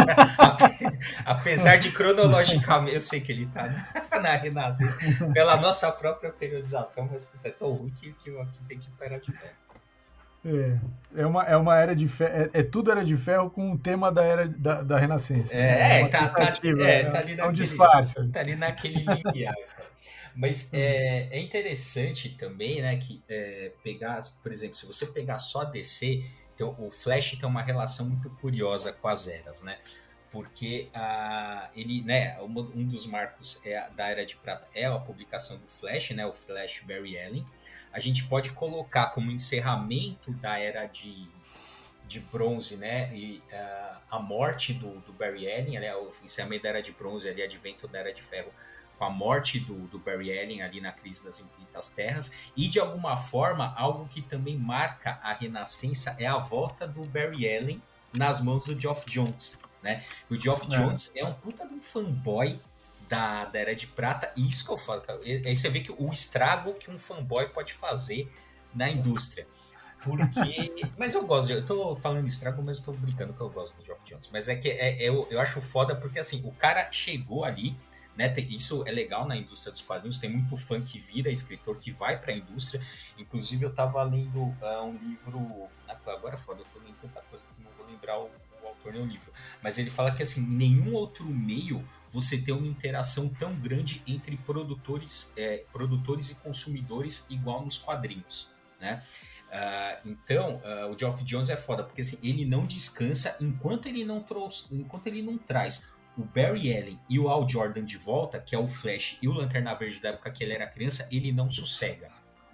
Apesar de cronologicamente, eu sei que ele tá na, na Renascença, pela nossa própria periodização, mas puta, é tão ruim que, que, que tem que ir para Era de Ferro. É, é, uma, é uma era de ferro, é, é tudo Era de Ferro com o tema da Era da, da Renascença. É, é, é, tá, tá, é, tá ali é naquele, um disfarce. Tá ali naquele limiar. Mas é, é interessante também, né, que é, pegar, por exemplo, se você pegar só D C, então, o Flash tem uma relação muito curiosa com as eras, né? Porque a, ele, né, um, um dos marcos é, da Era de Prata é a publicação do Flash, né, o Flash Barry Allen. A gente pode colocar como encerramento da Era de, de Bronze, né, e uh, a morte do, do Barry Allen, né, o encerramento da Era de Bronze, ali, advento da Era de Ferro, com a morte do, do Barry Allen ali na Crise das Infinitas Terras, e de alguma forma, algo que também marca a Renascença é a volta do Barry Allen nas mãos do Geoff Johns, né? O Geoff é. Johns é um puta de um fanboy da, da Era de Prata, e isso que eu falo, cara, aí você vê que o estrago que um fanboy pode fazer na indústria. Porque... Mas eu gosto, de, eu tô falando estrago, mas eu tô brincando que eu gosto do Geoff Johns. Mas é que é, é, eu, eu acho foda porque, assim, o cara chegou ali, né, tem, isso é legal na indústria dos quadrinhos, tem muito fã que vira escritor, que vai para a indústria. Inclusive eu tava lendo uh, um livro, agora é foda, eu tô lendo tanta coisa que não vou lembrar o, o autor nem o livro, mas ele fala que assim, nenhum outro meio você tem uma interação tão grande entre produtores, é, produtores e consumidores igual nos quadrinhos, né? Uh, então uh, o Geoff Johns é foda, porque assim, ele não descansa enquanto ele não, trouxe, enquanto ele não traz o Barry Allen e o Hal Jordan de volta, que é o Flash e o Lanterna Verde da época que ele era criança, ele não sossega.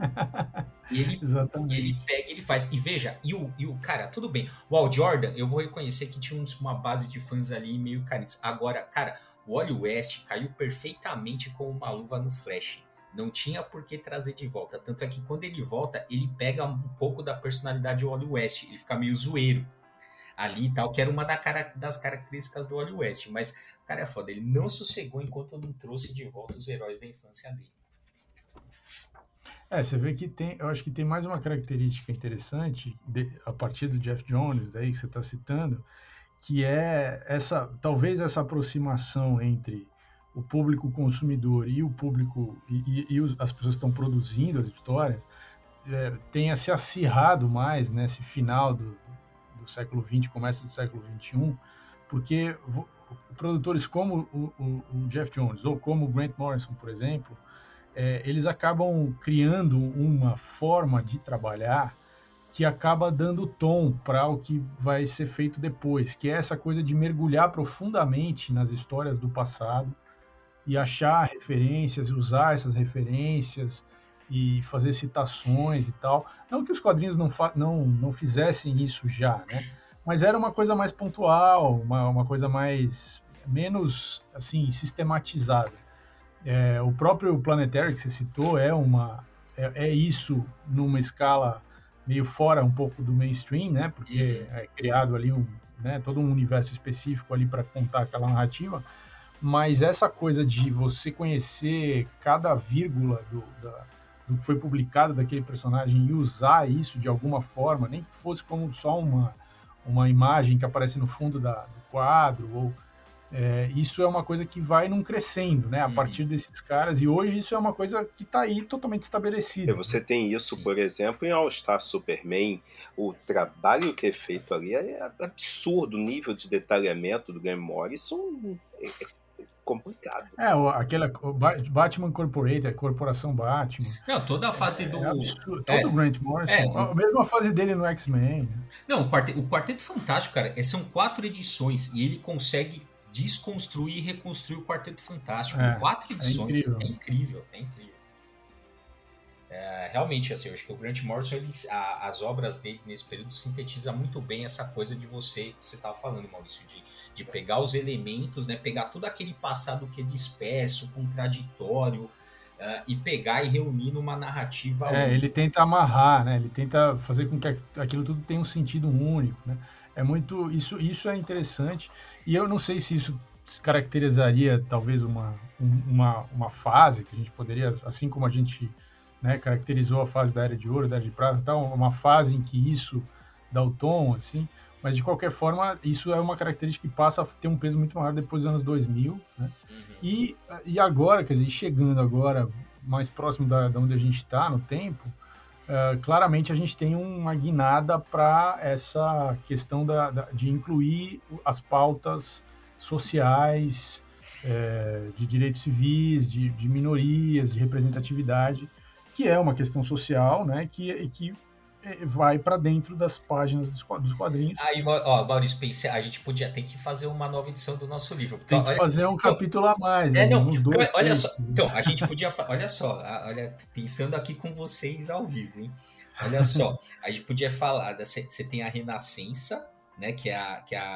Ele, ele pega e ele faz. E veja, e o, e o cara, tudo bem, o Hal Jordan, eu vou reconhecer que tinha uma base de fãs ali meio carentes. Agora, cara, o Wally West caiu perfeitamente com uma luva no Flash. Não tinha por que trazer de volta. Tanto é que quando ele volta, ele pega um pouco da personalidade do Wally West. Ele fica meio zoeiro ali e tal, que era uma da cara, das características do Wally West, mas o cara é foda, ele não sossegou enquanto não trouxe de volta os heróis da infância dele. É, você vê que tem, eu acho que tem mais uma característica interessante de, a partir do Geoff Johns, daí que você está citando, que é essa, talvez essa aproximação entre o público consumidor e o público, e, e, e os, as pessoas que estão produzindo as histórias, é, tenha se acirrado mais nesse final do do século vinte, começo do século vinte e um, porque produtores como o, o, o Geoff Johns ou como o Grant Morrison, por exemplo, é, eles acabam criando uma forma de trabalhar que acaba dando tom para o que vai ser feito depois, que é essa coisa de mergulhar profundamente nas histórias do passado e achar referências, usar essas referências e fazer citações e tal. Não que os quadrinhos não, não, não fizessem isso já, né? Mas era uma coisa mais pontual, uma, uma coisa mais menos assim sistematizada. É, o próprio Planetary que você citou é, uma, é, é isso numa escala meio fora um pouco do mainstream, né? Porque é criado ali um, né, todo um universo específico ali para contar aquela narrativa. Mas essa coisa de você conhecer cada vírgula do, da, do que foi publicado daquele personagem e usar isso de alguma forma, nem que fosse como só uma, uma imagem que aparece no fundo da, do quadro, ou, É, isso é uma coisa que vai num crescendo, né, a Uhum. partir desses caras, e hoje isso é uma coisa que está aí totalmente estabelecida. Você tem isso, Sim. por exemplo, em All Star Superman. O trabalho que é feito ali é absurdo. O nível de detalhamento do Grant Morrison é complicado. É, o, aquela, o Batman Corporated, a Corporação Batman. Não, toda a fase É, do... é absurdo. É, Todo o Grant Morrison. é, A mesma fase dele no X-Men. Né? Não, o Quarteto, o Quarteto Fantástico, cara, são quatro edições e ele consegue desconstruir e reconstruir o Quarteto Fantástico É, em quatro é edições. incrível. É incrível, é incrível. É, realmente, assim, eu acho que o Grant Morrison, ele, a, as obras dele nesse período sintetiza muito bem essa coisa de você, que você estava falando, Maurício, de, de pegar os elementos, né, pegar todo aquele passado que é disperso, contraditório, uh, e pegar e reunir numa narrativa É, única. ele tenta amarrar, né? Ele tenta fazer com que aquilo tudo tenha um sentido único, né? É muito, isso, isso é interessante, e eu não sei se isso caracterizaria talvez uma, uma, uma fase que a gente poderia, assim como a gente, né, caracterizou a fase da Era de Ouro, da Era de Prata, tal, uma fase em que isso dá o tom, assim, mas de qualquer forma, isso é uma característica que passa a ter um peso muito maior depois dos anos dois mil, né? Uhum. E, e agora, quer dizer, chegando agora mais próximo da, da onde a gente está no tempo, uh, claramente a gente tem uma guinada para essa questão da, da, de incluir as pautas sociais, é, de direitos civis, de, de minorias, de representatividade, que é uma questão social, né, que, que vai para dentro das páginas dos quadrinhos. Aí, ó, Maurício, pense, a gente podia ter que fazer uma nova edição do nosso livro. Porque, Tem que olha, fazer um capítulo a mais, é, né? não, Uns dois, olha três, só, então, a gente podia, olha só, olha, pensando aqui com vocês ao vivo, hein? Olha só, a gente podia falar, você tem a Renascença, né, que é, a, que é a,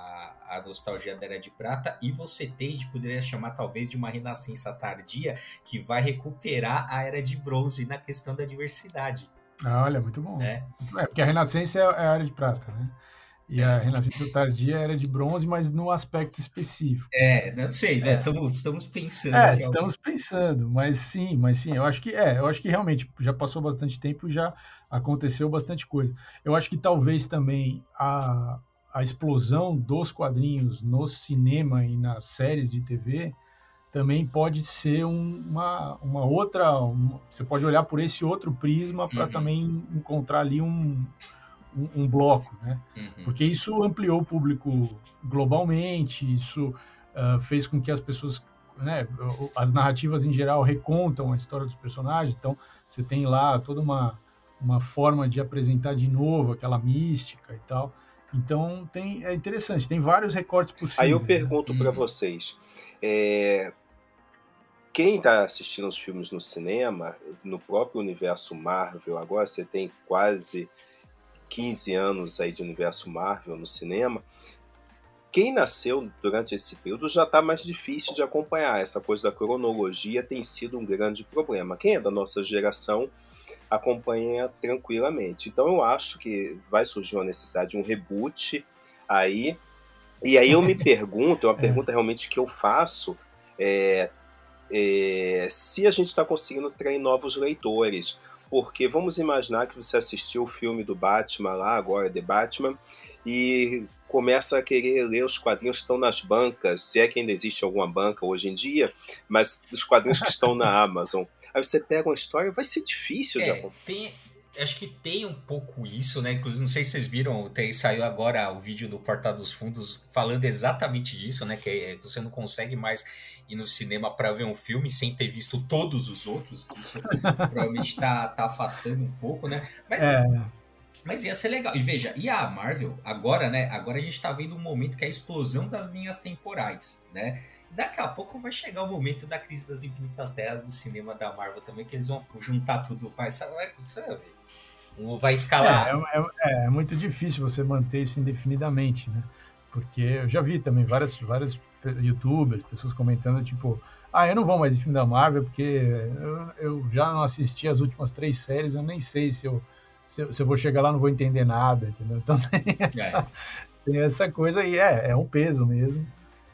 a, a nostalgia da Era de Prata, e você tem, a gente poderia chamar talvez de uma Renascença tardia, que vai recuperar a Era de Bronze na questão da diversidade. Ah, olha, muito bom. Né? É, porque a Renascença é a Era de Prata, né? E é. a Renascença tardia era de bronze, mas no aspecto específico. É, não sei, né? Estamos, estamos pensando. É, estamos pensando, mas sim, mas sim, eu acho que é, eu acho que realmente já passou bastante tempo e já aconteceu bastante coisa. Eu acho que talvez também a, a explosão dos quadrinhos no cinema e nas séries de T V também pode ser um, uma, uma outra. Uma, você pode olhar por esse outro prisma para uhum. também encontrar ali um. Um, um bloco, né? Uhum. Porque isso ampliou o público globalmente, isso uh, fez com que as pessoas, né, as narrativas em geral recontam a história dos personagens, então você tem lá toda uma, uma forma de apresentar de novo aquela mística e tal. Então tem, é interessante, tem vários recortes possíveis. Aí eu pergunto né? para uhum. vocês, é... quem está assistindo os filmes no cinema, no próprio universo Marvel, agora você tem quase quinze anos aí de universo Marvel no cinema, quem nasceu durante esse período já está mais difícil de acompanhar. Essa coisa da cronologia tem sido um grande problema. Quem é da nossa geração acompanha tranquilamente. Então eu acho que vai surgir uma necessidade de um reboot aí. E aí eu me pergunto, é uma pergunta realmente que eu faço, é, é, se a gente está conseguindo atrair novos leitores. Porque vamos imaginar que você assistiu o filme do Batman lá, agora The Batman, e começa a querer ler os quadrinhos que estão nas bancas, se é que ainda existe alguma banca hoje em dia, mas os quadrinhos que estão na Amazon. Aí você pega uma história, vai ser difícil é, de acompanhar. Tem, acho que tem um pouco isso, né? Inclusive, não sei se vocês viram, tem, saiu agora o vídeo do Porta dos Fundos falando exatamente disso, né? Que é, você não consegue mais ir no cinema para ver um filme sem ter visto todos os outros. Isso provavelmente tá, tá afastando um pouco, né? Mas, é. mas ia ser legal. E veja, e a Marvel, agora, né? Agora a gente tá vendo um momento que é a explosão das linhas temporais, né? Daqui a pouco vai chegar o momento da crise das infinitas terras do cinema da Marvel também, que eles vão juntar tudo, vai, vai, você vai ver. Vai escalar. É, é, é muito difícil você manter isso indefinidamente, né? Porque eu já vi também várias, várias youtubers, pessoas comentando, tipo, ah, eu não vou mais em filme da Marvel porque eu, eu já não assisti as últimas três séries, eu nem sei se eu, se eu, se eu vou chegar lá não vou entender nada, entendeu? Então tem essa, é. tem essa coisa e é, é um peso mesmo.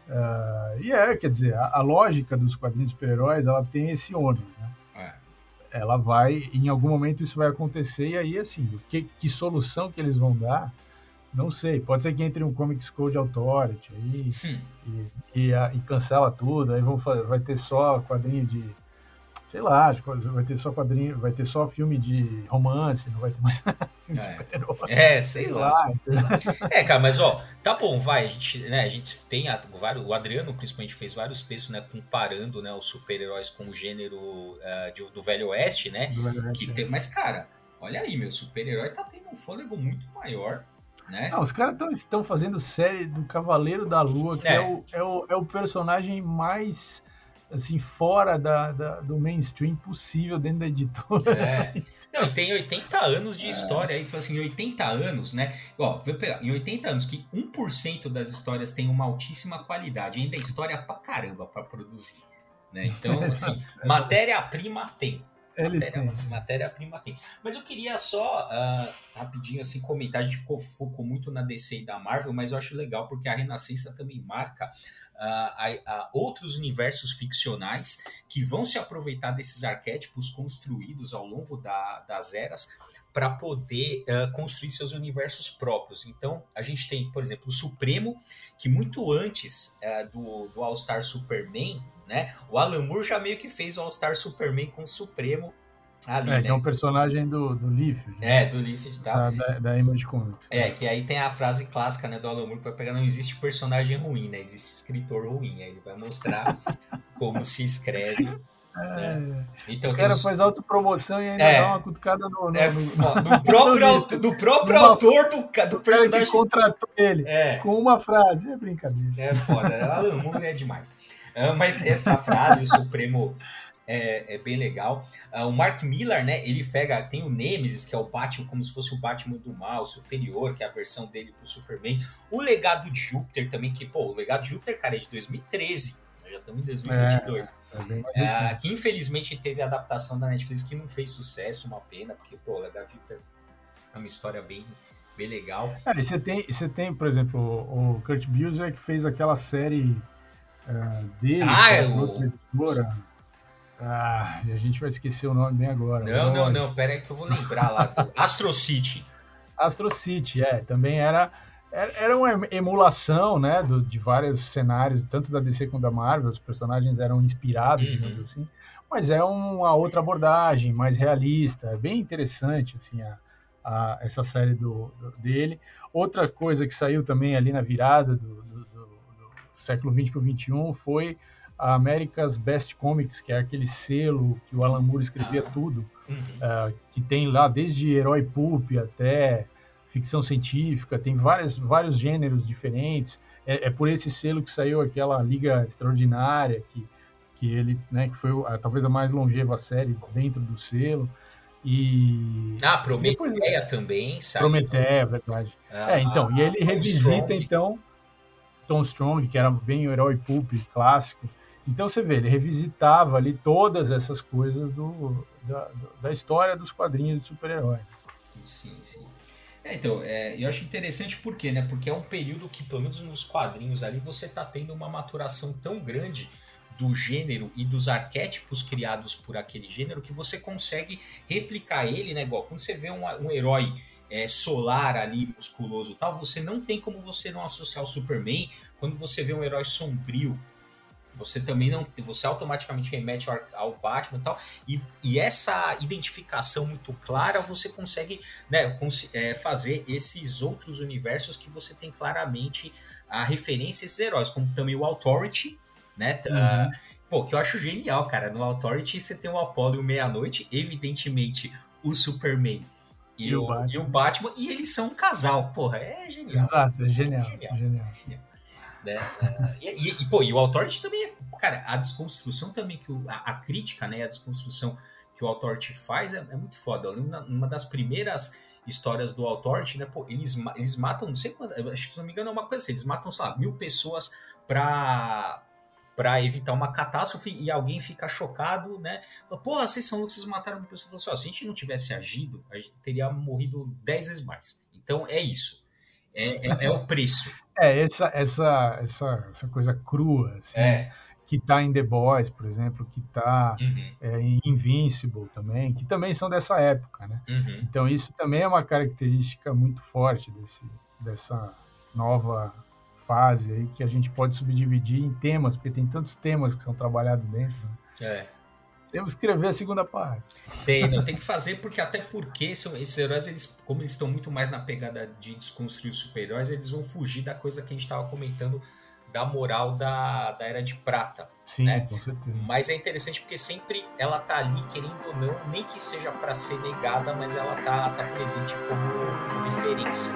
Uh, e é, quer dizer, a, a lógica dos quadrinhos de super-heróis, ela tem esse ônus, né? É. Ela vai, em algum momento isso vai acontecer, e aí, assim, que, que solução que eles vão dar Não sei, pode ser que entre um Comics Code Authority aí Hum. e, e, a- e cancela tudo, aí vão, fa- vai ter só quadrinho de, sei lá, acho que vai ter só quadrinho, vai ter só filme de romance, não vai ter mais filme de É. super-herói. É, sei, Sei lá. lá, sei lá. É, cara, mas ó, tá bom, vai, a gente, né, a gente tem a- vários, o Adriano principalmente fez vários textos, né, comparando, né, os super-heróis com o gênero ah, de- do Velho Oeste, né, Do Velho que Oeste, tem, mas cara, olha aí, meu super-herói tá tendo um fôlego muito maior, né? Não, os caras estão fazendo série do Cavaleiro da Lua, que é, É. o, é, o, é o personagem mais assim fora da, da- do mainstream possível dentro da editora. É. Não, e tem oitenta anos de história aí, fala assim, em oitenta anos, né? Ó, vou pegar, em oitenta anos, que um por cento das histórias tem uma altíssima qualidade, ainda é história pra caramba pra produzir, né? Então, assim, matéria-prima tem. Eles Matéria- têm. Matéria-prima tem. Mas eu queria só, ah, rapidinho, assim, comentar. A gente ficou, focou muito na D C e da Marvel, mas eu acho legal porque a Renascença também marca ah, a- a outros universos ficcionais que vão se aproveitar desses arquétipos construídos ao longo da- das eras para poder ah, construir seus universos próprios. Então, a gente tem, por exemplo, o Supremo, que muito antes ah, do, do All-Star Superman, né, o Alan Moore já meio que fez o All-Star Superman com o Supremo ali, É, que é né? um personagem do, do Leaf, né? É, do Leaf e tal. da, da, da Image Comics. É, que aí tem a frase clássica, né, do Alan Moore, que vai pegar, não existe personagem ruim, né, existe escritor ruim. Aí ele vai mostrar como se escreve, né? Então O tem cara os... faz autopromoção e ainda É. dá uma cutucada no, no, É, no, fo- do próprio, no autor, do próprio Numa- autor do, ca- do o cara que personagem. contratou ele É, com uma frase. É brincadeira. é foda. Alan Moore é demais. Ah, mas essa frase, o Supremo, é, é bem legal. Ah, o Mark Millar, né? Ele pega, tem o Nemesis, que é o Batman, como se fosse o Batman do mal, superior, que é a versão dele pro Superman. O Legado de Júpiter também, que, pô, o Legado de Júpiter, cara, é de dois mil e treze. Nós já estamos em dois mil e vinte e dois. É bem mais Ah, recente. que infelizmente teve a adaptação da Netflix que não fez sucesso, uma pena, porque, pô, o Legado de Júpiter é uma história bem, bem legal. É, e você tem, você tem, por exemplo, o o Kurt Busiek que fez aquela série ah, dele, Ah, que é era o- outra editora. Ah, e a gente vai esquecer o nome bem agora. Não, não, lógico. não, pera aí que eu vou lembrar lá do Astro City. Astro City, é, também era, era, era uma emulação, né, do, de vários cenários, tanto da D C quanto da Marvel, os personagens eram inspirados, Uhum. digamos assim, mas é uma outra abordagem, mais realista, é bem interessante, assim, a, a- essa série do, do- dele. Outra coisa que saiu também ali na virada do, do- do- do século vinte para o vinte e um foi a America's Best Comics, que é aquele selo que o Alan Moore escrevia Ah. tudo, Uhum. ah, que tem lá desde herói pulp até ficção científica, tem várias, vários gêneros diferentes. É, é por esse selo que saiu aquela Liga Extraordinária, que, que ele, né, que foi a- talvez a mais longeva série dentro do selo. E Ah, depois- Prometeia também, sabe? Prometeia, é verdade. Ah, É, então, e ele Tom revisita, Strong. então, Tom Strong, que era bem o herói pulp clássico. Então, você vê, ele revisitava ali todas essas coisas do, da, do- da história dos quadrinhos de super-herói. Sim, sim. É, então, é, eu acho interessante por quê, né? Porque é um período que, pelo menos nos quadrinhos ali, você tá tendo uma maturação tão grande do gênero e dos arquétipos criados por aquele gênero que você consegue replicar ele, né? Igual quando você vê um, um herói é, solar ali, musculoso e tal, você não tem como você não associar o Superman. Quando você vê um herói sombrio, você também não, você automaticamente remete ao, ao Batman e tal, e, e essa identificação muito clara você consegue, né, cons- é, fazer esses outros universos que você tem claramente a referência a esses heróis, como também o Authority, né, Uhum. ah, pô, que eu acho genial, cara, no Authority você tem o Apollo e o Meia-Noite, evidentemente o Superman e, E o o, Batman. e o Batman, e eles são um casal, porra, é genial. Exato, é genial, Genial. genial. Né? Ah, e, e, e, pô, e o Authority também é, cara, a desconstrução também que o, a, a crítica, né, a desconstrução que o Authority faz é, é muito foda. Eu lembro na, uma das primeiras histórias do Authority, né, pô, eles, ma- eles matam, não sei quando, acho que se não me engano é uma coisa assim, eles matam, sei lá, mil pessoas pra, pra evitar uma catástrofe e alguém fica chocado, né, fala, porra, vocês são loucos, vocês mataram mil pessoas. Fala assim, ó, se a gente não tivesse agido, a gente teria morrido dez vezes mais. Então é isso, é, é, é o preço. É, essa, essa, essa, essa coisa crua, assim, É. que tá em The Boys, por exemplo, que tá Uhum, é, em Invincible também, que também são dessa época, né? uhum. Então isso também é uma característica muito forte desse, dessa nova fase aí que a gente pode subdividir em temas, porque tem tantos temas que são trabalhados dentro. Né? É. Temos que escrever a segunda parte. Tem, não, tem que fazer, porque até porque são, esses heróis, eles, como eles estão muito mais na pegada de desconstruir os super-heróis, eles vão fugir da coisa que a gente estava comentando, da moral da, da Era de Prata. Sim, né? Com certeza. Mas é interessante porque sempre ela tá ali, querendo ou não, nem que seja para ser negada, mas ela tá, tá presente como, como referência.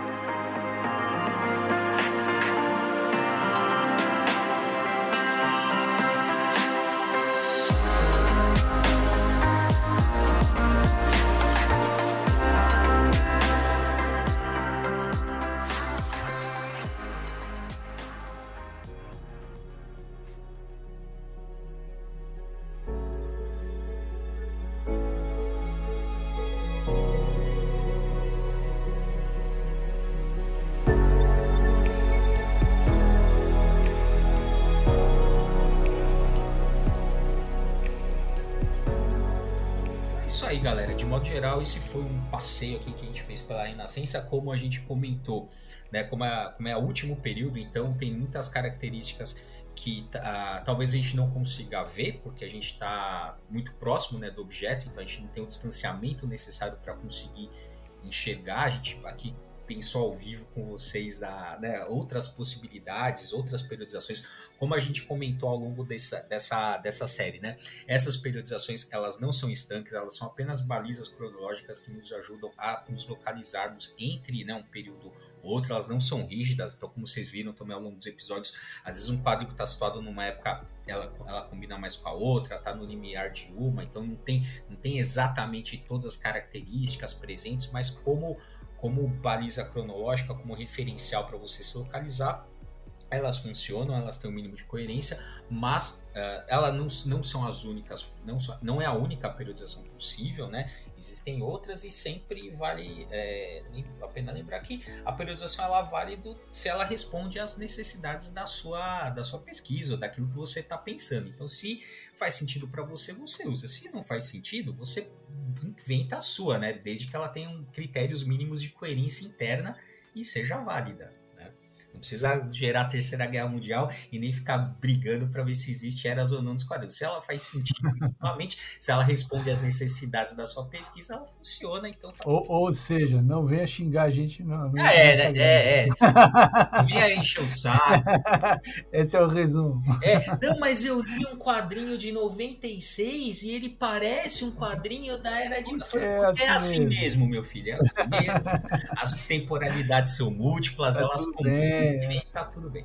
Galera, de modo geral, esse foi um passeio aqui que a gente fez pela Renascença, como a gente comentou, né? Como é, como é o último período, então tem muitas características que uh, talvez a gente não consiga ver, porque a gente está muito próximo, né, do objeto, então a gente não tem o distanciamento necessário para conseguir enxergar. A gente aqui pensou ao vivo com vocês da, né, outras possibilidades, outras periodizações, como a gente comentou ao longo dessa, dessa, dessa série, né? Essas periodizações, elas não são estanques, elas são apenas balizas cronológicas que nos ajudam a nos localizarmos entre, né, um período ou outro. Elas não são rígidas, então como vocês viram também ao longo dos episódios, às vezes um quadro que está situado numa época, ela, ela combina mais com a outra, está no limiar de uma, então não tem, não tem exatamente todas as características presentes, mas como como baliza cronológica, como referencial para você se localizar, elas funcionam, elas têm um mínimo de coerência, mas uh, elas não, não são as únicas, não, não é a única periodização possível, né? Existem outras e sempre vale é, a pena lembrar que a periodização ela vale do, se ela responde às necessidades da sua, da sua pesquisa, ou daquilo que você está pensando. Então, se faz sentido para você, você usa. Se não faz sentido, você inventa a sua, né? Desde que ela tenha um critérios mínimos de coerência interna e seja válida. Não precisa gerar a Terceira Guerra Mundial e nem ficar brigando para ver se existe eras ou não dos quadrinhos. Se ela faz sentido, novamente, se ela responde às necessidades da sua pesquisa, ela funciona. Então tá. ou, ou seja, não venha xingar a gente. Não, não ah, é, é, é, é. Não venha encher o saco. Esse é o resumo. É, não, mas eu li um quadrinho de noventa e seis e ele parece um quadrinho da Era de... É assim, é assim mesmo. mesmo, meu filho. É assim mesmo. As temporalidades são múltiplas, tá elas combinam. E tá tudo bem.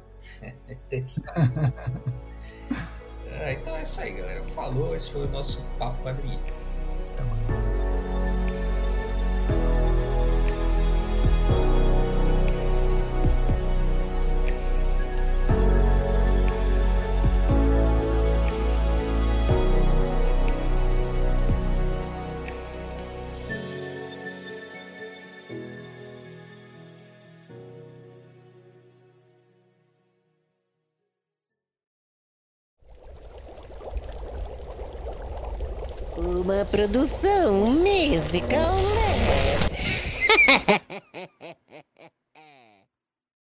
ah, então é isso aí, galera. Falou, esse foi o nosso Papo Quadrinho. Uma produção musical lab.